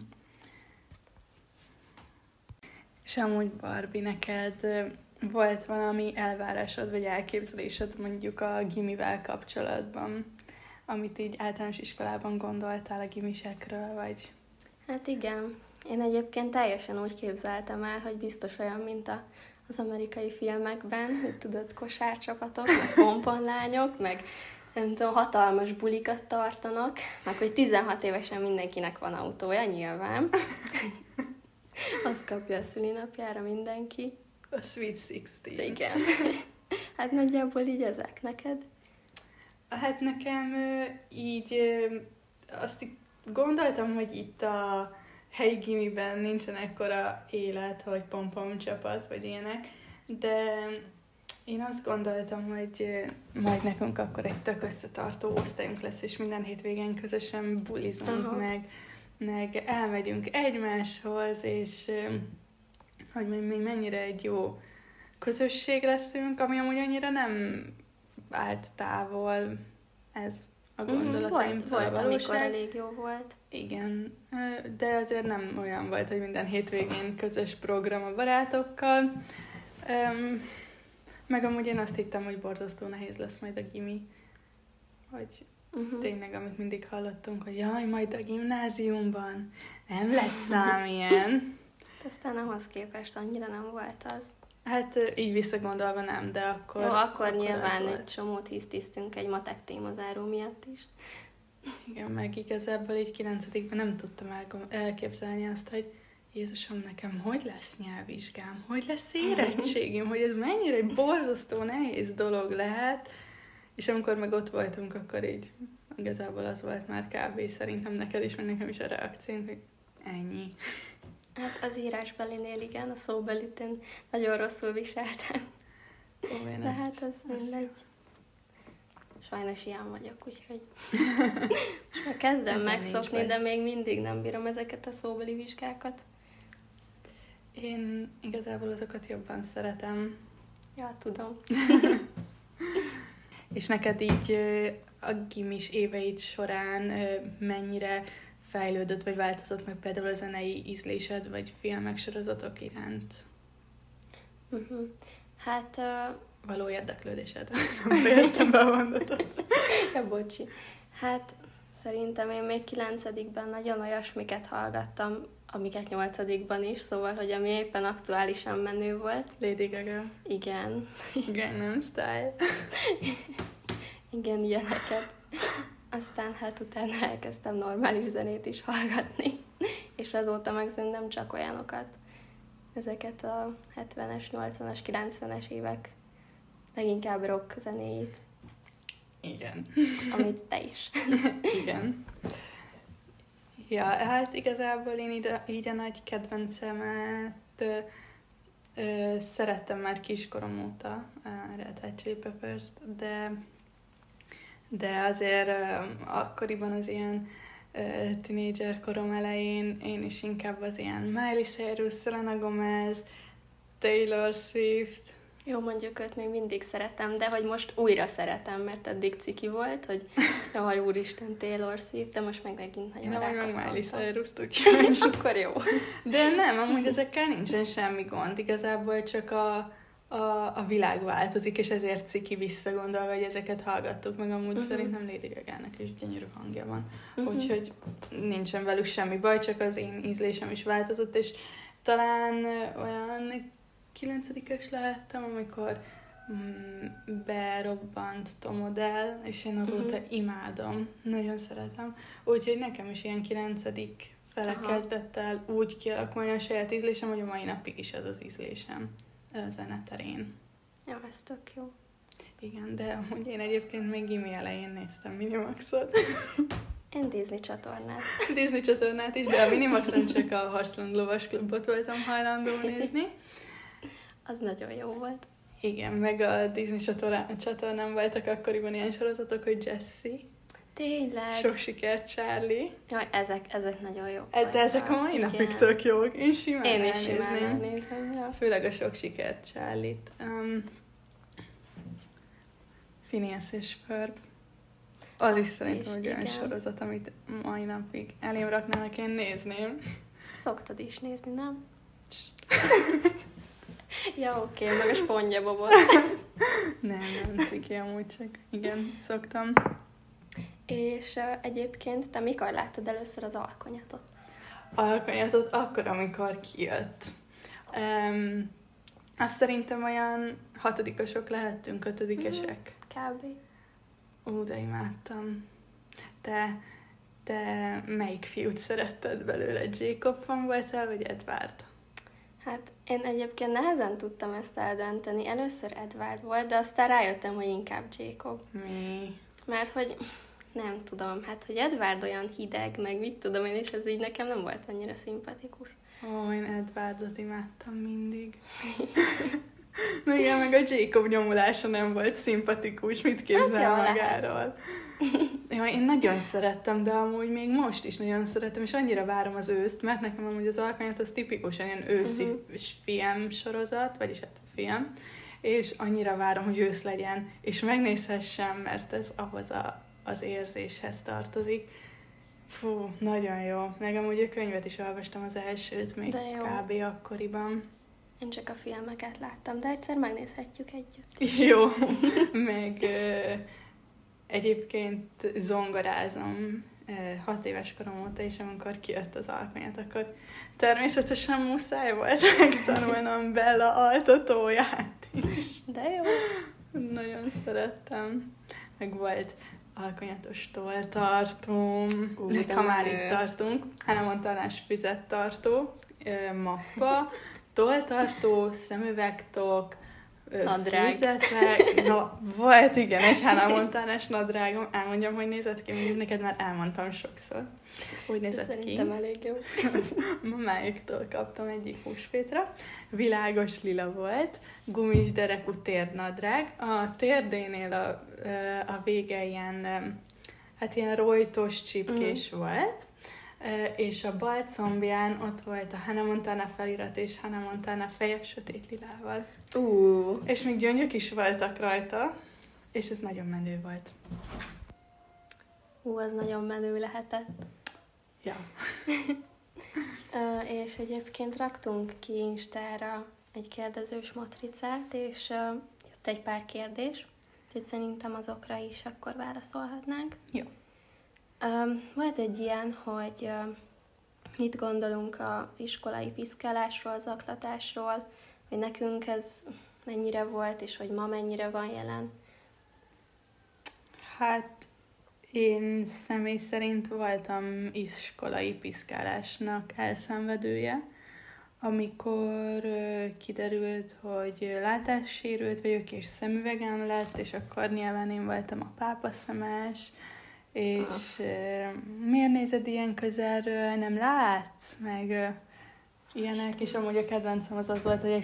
[SPEAKER 1] És amúgy Barbie, neked volt valami elvárásod, vagy elképzelésed mondjuk a gimivel kapcsolatban, amit így általános iskolában gondoltál a gimisekről, vagy...
[SPEAKER 2] Hát igen. Én egyébként teljesen úgy képzeltem el, hogy biztos olyan, mint az amerikai filmekben, hogy tudod, kosárcsapatok, meg pomponlányok, meg nem tudom, hatalmas bulikat tartanak, meg hogy 16 évesen mindenkinek van autója, nyilván. Azt kapja a szülinapjára mindenki.
[SPEAKER 1] A Sweet 16.
[SPEAKER 2] Igen. Hát nagyjából így ezek neked.
[SPEAKER 1] Hát nekem így azt gondoltam, hogy itt a helyi gimiben nincsen ekkora élet, vagy pom-pom csapat, vagy ilyenek, de én azt gondoltam, hogy majd nekünk akkor egy tök összetartó osztályunk lesz, és minden hétvégén közösen bulizunk, meg elmegyünk egymáshoz, és hogy mi mennyire egy jó közösség leszünk, ami amúgy annyira nem állt távol ez a gondolataimtól.
[SPEAKER 2] Volt, amikor elég jó volt.
[SPEAKER 1] Igen, de azért nem olyan volt, hogy minden hétvégén közös program a barátokkal. Meg amúgy én azt hittem, hogy borzasztó nehéz lesz majd a gimi. Hogy tényleg, amit mindig hallottunk, hogy jaj, majd a gimnáziumban nem lesz szám ilyen.
[SPEAKER 2] Aztán ahhoz képest annyira nem volt az.
[SPEAKER 1] Hát így visszagondolva nem, de akkor...
[SPEAKER 2] Jó, akkor nyilván egy csomót hisztisztünk egy matek témazáró miatt is.
[SPEAKER 1] Igen, meg igazából így 9-ben nem tudtam elképzelni azt, hogy Jézusom, nekem hogy lesz nyelvvizsgám, hogy lesz érettségim, hogy ez mennyire egy borzasztó nehéz dolog lehet, és amikor meg ott voltunk, akkor így igazából az volt már kb. Szerintem neked is, meg nekem is a reakciónk, hogy ennyi.
[SPEAKER 2] Hát az írásbelinél igen, a szóbelit én nagyon rosszul viseltem. De hát az mindegy. Sajnos ilyen vagyok, úgyhogy most már kezdem megszokni, de még mindig nem bírom ezeket a szóbeli vizsgákat.
[SPEAKER 1] Én igazából azokat jobban szeretem.
[SPEAKER 2] Ja, tudom.
[SPEAKER 1] És neked így a gimis éveid során mennyire fejlődött, vagy változott meg például a zenei ízlésed, vagy filmek, sorozatok iránt?
[SPEAKER 2] Hát...
[SPEAKER 1] Való érdeklődésed. Nem fejeztem be a mondatot.
[SPEAKER 2] Ja, bocsi. Hát szerintem én még 9-ben nagyon olyasmiket hallgattam, amiket 8-ban is, szóval, hogy ami éppen aktuálisan menő volt.
[SPEAKER 1] Lady Gaga.
[SPEAKER 2] Igen.
[SPEAKER 1] Gangnam Style.
[SPEAKER 2] Igen, ilyeneket. Aztán hát utána elkezdtem normális zenét is hallgatni, és azóta meg szerintem csak olyanokat. Ezeket a 70-es, 80-as, 90-es évek leginkább rock zenéit.
[SPEAKER 1] Igen.
[SPEAKER 2] Amit te is.
[SPEAKER 1] Igen. Ja, hát igazából én így a nagy kedvencemet Szerettem már kiskorom óta a Red Hot Chili Peppers-t, de azért akkoriban az ilyen tínédzser korom elején én is inkább az ilyen Miley Cyrus, Selena Gomez, Taylor Swift.
[SPEAKER 2] Jó, mondjuk őt még mindig szeretem, de hogy most újra szeretem, mert eddig ciki volt, hogy jaj, úristen, Taylor Swift, de most meg megint nagyon rákaptam.
[SPEAKER 1] Én meg Miley Cyrus-t, úgyhogy...
[SPEAKER 2] Akkor jó.
[SPEAKER 1] De nem, amúgy ezekkel nincsen semmi gond. Igazából csak a világ változik, és ezért ciki visszagondolva, hogy ezeket hallgattuk, meg amúgy szerintem Lady Gaga-nak is gyönyörű hangja van. Úgyhogy nincsen velük semmi baj, csak az én ízlésem is változott, és talán olyan 9-es lehettem, amikor berobbant Tom Odell, és én azóta imádom, nagyon szeretem. Úgyhogy nekem is ilyen 9. fele kezdett el úgy kialakulni a saját ízlésem, hogy a mai napig is az az ízlésem a zeneterén.
[SPEAKER 2] Jó, ez tök jó.
[SPEAKER 1] Igen, de amúgy én egyébként még gimi elején néztem Minimaxot.
[SPEAKER 2] Én Disney csatornát.
[SPEAKER 1] Disney csatornát is, de a Minimaxon csak a Harsland Lovas Klubot voltam hajlandó nézni.
[SPEAKER 2] Az nagyon jó volt.
[SPEAKER 1] Igen, meg a Disney csatornán voltak akkoriban ilyen sorozatok, hogy Jessie.
[SPEAKER 2] Tényleg.
[SPEAKER 1] Sok sikert, Charlie.
[SPEAKER 2] Jaj, ezek nagyon jók.
[SPEAKER 1] De ezek a mai napig tök jók. Én is
[SPEAKER 2] simán elnézem. Ja.
[SPEAKER 1] Főleg a Sok sikert, Charlie-t. Phineas és Ferb. Az is szerintem egy olyan sorozat, amit mai napig elém raknának, én nézném.
[SPEAKER 2] Szoktad is nézni, nem? Ja, oké, meg a Spongebobot.
[SPEAKER 1] Nem, ciki amúgy csak. Igen, szoktam.
[SPEAKER 2] És egyébként te mikor láttad először az Alkonyatot?
[SPEAKER 1] Alkonyatot akkor, amikor kijött. Azt szerintem olyan 6-osok lehettünk, 5-esek.
[SPEAKER 2] Kb.
[SPEAKER 1] De imádtam. Te melyik fiút szeretted belőle? Jacob fan voltál, vagy Edward?
[SPEAKER 2] Hát én egyébként nehezen tudtam ezt eldönteni. Először Edward volt, de aztán rájöttem, hogy inkább Jacob.
[SPEAKER 1] Mi?
[SPEAKER 2] Mert hogy nem tudom, hát hogy Edward olyan hideg, meg mit tudom én, és ez így nekem nem volt annyira szimpatikus.
[SPEAKER 1] Én Edwardot imádtam mindig. Igen, meg a Jacob nyomulása nem volt szimpatikus, mit képzel magáról. Én nagyon szerettem, de amúgy még most is nagyon szeretem, és annyira várom az őszt, mert nekem amúgy az Alkonyat az tipikusan ilyen őszi film sorozat, vagyis hát film, és annyira várom, hogy ősz legyen, és megnézhessem, mert ez ahhoz az érzéshez tartozik. Fú, nagyon jó. Meg amúgy a könyvet is olvastam, az elsőt még kb. Akkoriban.
[SPEAKER 2] Én csak a filmeket láttam, de egyszer megnézhetjük együtt.
[SPEAKER 1] Jó, meg egyébként zongorázom 6 éves korom óta, és amikor kijött az Alkonyat, akkor természetesen muszáj volt megtanulnom Bella altatóját is.
[SPEAKER 2] De jó.
[SPEAKER 1] Nagyon szerettem. Meg volt alkonyatos tolltartóm, ha már itt tartunk, Hannah Montanás füzettartó, mappa, tolltartó, szemüvegtok,
[SPEAKER 2] nadrág.
[SPEAKER 1] Füzetek. Volt igen, egy Hannah Montanás nadrágom. Elmondjam, hogy nézett ki, mondjuk neked már elmondtam sokszor. Úgy nézett
[SPEAKER 2] Szerintem elég jó.
[SPEAKER 1] Mamájuktól kaptam egyik húsvétra. Világos lila volt, gumis derekú térdnadrág. A térdénél a vége ilyen rojtos csipkés volt, és a bal combján ott volt a Hannah Montana felirat és Hannah Montana feje sötét lilával. És még gyöngyök is voltak rajta, és ez nagyon menő volt.
[SPEAKER 2] Az nagyon menő lehetett.
[SPEAKER 1] Ja.
[SPEAKER 2] És egyébként raktunk ki Instára egy kérdezős matricát, és jött egy pár kérdés, úgyhogy szerintem azokra is akkor válaszolhatnánk.
[SPEAKER 1] Jó.
[SPEAKER 2] Volt egy ilyen, hogy mit gondolunk az iskolai piszkálásról, zaklatásról, hogy nekünk ez mennyire volt, és hogy ma mennyire van jelen.
[SPEAKER 1] Hát én személy szerint voltam iskolai piszkálásnak elszenvedője, amikor kiderült, hogy látássérült vagyok, és szemüvegem lett, és akkor nyilván én voltam a pápaszemes, és miért nézed ilyen közelről, nem látsz? Meg ilyenek, és amúgy a kedvencem az volt, hogy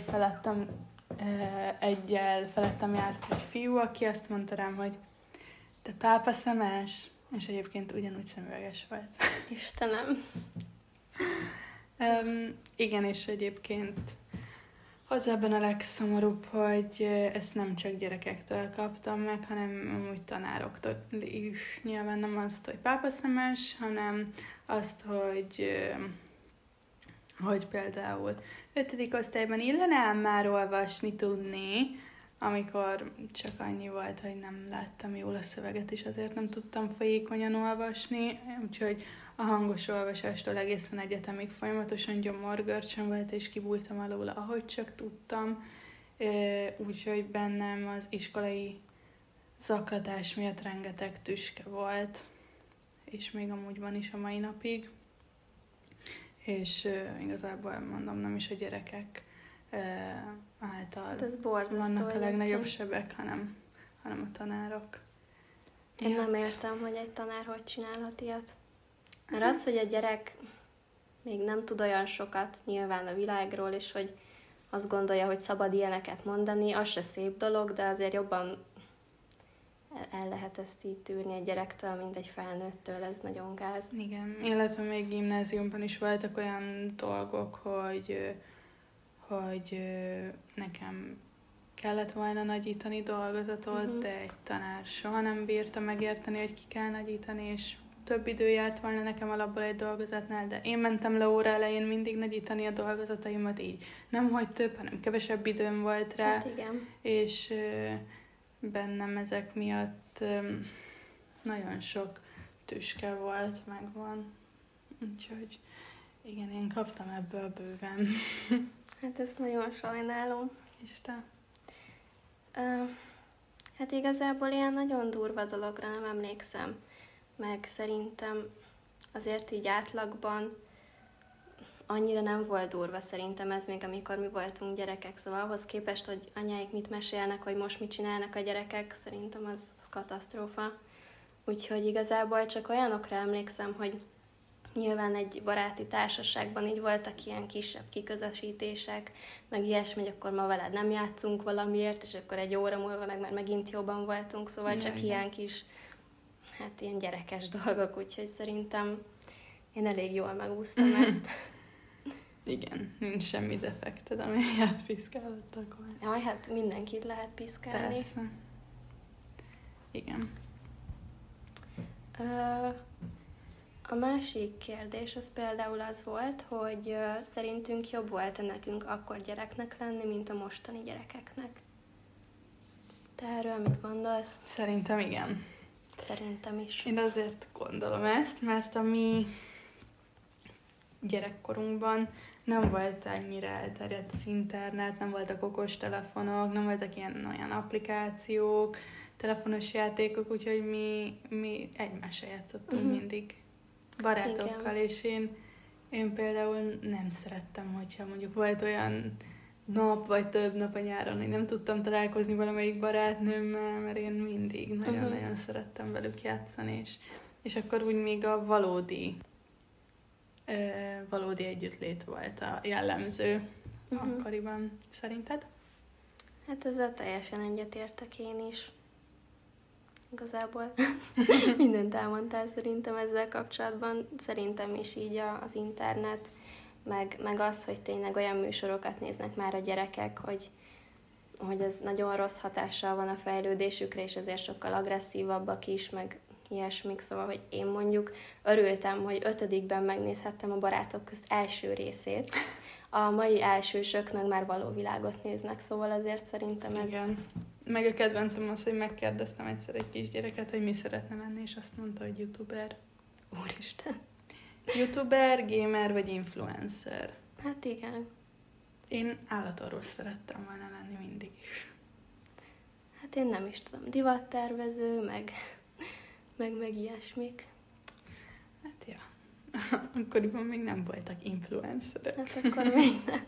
[SPEAKER 1] egyel felettem járt egy fiú, aki azt mondta rám, hogy te pápa szemes, és egyébként ugyanúgy szemüveges volt.
[SPEAKER 2] Istenem.
[SPEAKER 1] Igen, és egyébként az ebben a legszomorúbb, hogy ezt nem csak gyerekektől kaptam meg, hanem amúgy tanároktól is. Nyilván nem azt, hogy pápaszemes, hanem azt, hogy például 5. osztályban illene ám már olvasni tudni, amikor csak annyi volt, hogy nem láttam jól a szöveget, és azért nem tudtam folyékonyan olvasni, úgyhogy a hangos olvasástól egészen egyetemig folyamatosan gyomorgörcsöm volt, és kibújtam alóla, ahogy csak tudtam. Úgyhogy bennem az iskolai zaklatás miatt rengeteg tüske volt, és még amúgy van is a mai napig. És igazából mondom, nem is a gyerekek által
[SPEAKER 2] Hát ez borzasztó
[SPEAKER 1] vannak a legnagyobb sebek, hanem a tanárok.
[SPEAKER 2] Én nem értem, hogy egy tanár hogy csinálhat ilyet. Mert az, hogy a gyerek még nem tud olyan sokat nyilván a világról, és hogy azt gondolja, hogy szabad ilyeneket mondani, az se szép dolog, de azért jobban el lehet ezt így tűrni egy gyerektől, mint egy felnőttől, ez nagyon gáz.
[SPEAKER 1] Igen, illetve még gimnáziumban is voltak olyan dolgok, hogy nekem kellett volna nagyítani dolgozatot, de egy tanár soha nem bírta megérteni, hogy ki kell nagyítani, és több idő járt volna nekem alapból egy dolgozatnál, de én mentem le óra elején mindig nagyítani a dolgozataimat, így nem hogy több, hanem kevesebb időm volt rá.
[SPEAKER 2] Hát igen.
[SPEAKER 1] És bennem ezek miatt nagyon sok tüske volt, megvan. Úgyhogy igen, én kaptam ebből bőven.
[SPEAKER 2] Hát ezt nagyon sajnálom.
[SPEAKER 1] És te?
[SPEAKER 2] Hát igazából ilyen nagyon durva dologra nem emlékszem, meg szerintem azért így átlagban annyira nem volt durva szerintem ez még, amikor mi voltunk gyerekek, szóval ahhoz képest, hogy anyáik mit mesélnek, hogy most mit csinálnak a gyerekek, szerintem az katasztrófa. Úgyhogy igazából csak olyanokra emlékszem, hogy nyilván egy baráti társaságban így voltak ilyen kisebb kiközösítések, meg ilyesmi, hogy akkor ma veled nem játszunk valamiért, és akkor egy óra múlva meg már megint jobban voltunk, szóval csak ilyen kis, hát ilyen gyerekes dolgok, úgyhogy szerintem én elég jól megúsztam ezt.
[SPEAKER 1] Igen, nincs semmi defekted, amelyet piszkálottak volna.
[SPEAKER 2] Jaj, hát mindenkit lehet piszkálni.
[SPEAKER 1] Persze. Igen.
[SPEAKER 2] A másik kérdés az például az volt, hogy szerintünk jobb volt-e nekünk akkor gyereknek lenni, mint a mostani gyerekeknek. Te erről mit gondolsz?
[SPEAKER 1] Szerintem igen.
[SPEAKER 2] Szerintem is.
[SPEAKER 1] Én azért gondolom ezt, mert a mi gyerekkorunkban nem volt ennyire elterjedt az internet, nem voltak okostelefonok, nem voltak olyan applikációk, telefonos játékok, úgyhogy mi egymással játszottunk mindig barátokkal, igen. És én például nem szerettem, hogyha mondjuk volt olyan nap, vagy több nap a nyáron, hogy nem tudtam találkozni valamelyik barátnőmmel, mert én mindig nagyon-nagyon szerettem velük játszani, és akkor úgy még a valódi együttlét volt a jellemző akkoriban. Szerinted?
[SPEAKER 2] Hát ezzel teljesen egyetértek én is. Igazából mindent elmondtál szerintem ezzel kapcsolatban. Szerintem is így az internet, meg az, hogy tényleg olyan műsorokat néznek már a gyerekek, hogy ez nagyon rossz hatással van a fejlődésükre, és ezért sokkal agresszívabbak is, meg ilyesmik. Szóval, hogy én mondjuk örültem, hogy 5-ben megnézhettem a Barátok közt első részét. A mai elsősök meg már való világot néznek, szóval azért szerintem ez...
[SPEAKER 1] Igen. Meg a kedvencem az, hogy megkérdeztem egyszer egy kisgyereket, hogy mi szeretne lenni, és azt mondta, hogy youtuber.
[SPEAKER 2] Úristen!
[SPEAKER 1] Youtuber, gamer vagy influencer.
[SPEAKER 2] Hát igen.
[SPEAKER 1] Én állatorvos szerettem volna lenni mindig is.
[SPEAKER 2] Hát én nem is tudom, divattervező, meg ilyesmik.
[SPEAKER 1] Hát ja. Akkoriban még nem voltak influencerek.
[SPEAKER 2] Hát akkor még nem.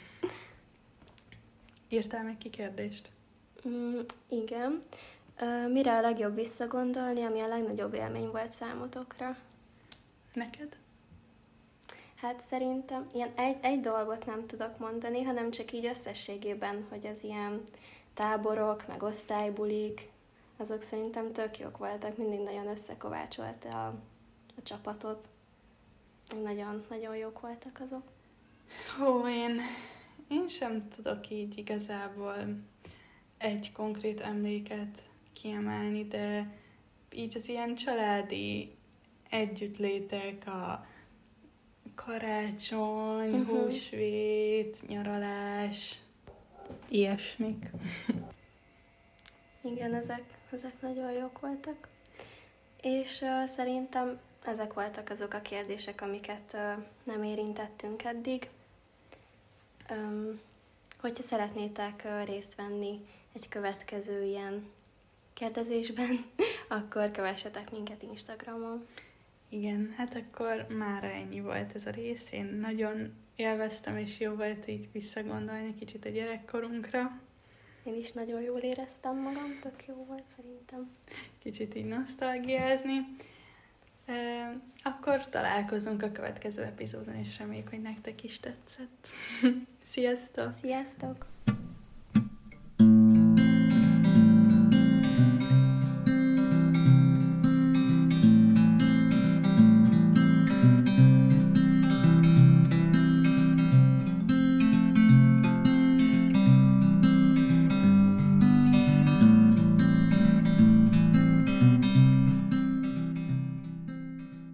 [SPEAKER 1] Írtál meg ki kérdést?
[SPEAKER 2] Igen. Mire a legjobb visszagondolni, ami a legnagyobb élmény volt számotokra?
[SPEAKER 1] Neked?
[SPEAKER 2] Hát szerintem ilyen egy dolgot nem tudok mondani, hanem csak így összességében, hogy az ilyen táborok, meg osztálybulik, azok szerintem tök jók voltak, mindig nagyon összekovácsolta a csapatot. Nagyon, nagyon jók voltak azok.
[SPEAKER 1] Hó, én sem tudok így igazából egy konkrét emléket kiemelni, de így az ilyen családi együttlétek, a karácsony, húsvét, nyaralás, ilyesmik.
[SPEAKER 2] Igen, ezek nagyon jók voltak. És szerintem ezek voltak azok a kérdések, amiket nem érintettünk eddig. Hogyha szeretnétek részt venni egy következő ilyen kérdezésben, akkor kövessetek minket Instagramon.
[SPEAKER 1] Igen, hát akkor mára ennyi volt ez a rész. Én nagyon élveztem, és jó volt így visszagondolni kicsit a gyerekkorunkra.
[SPEAKER 2] Én is nagyon jól éreztem magam, tök jó volt szerintem.
[SPEAKER 1] Kicsit így nosztalgiázni. Akkor találkozunk a következő epizódon, és reméljük, hogy nektek is tetszett. Sziasztok!
[SPEAKER 2] Sziasztok!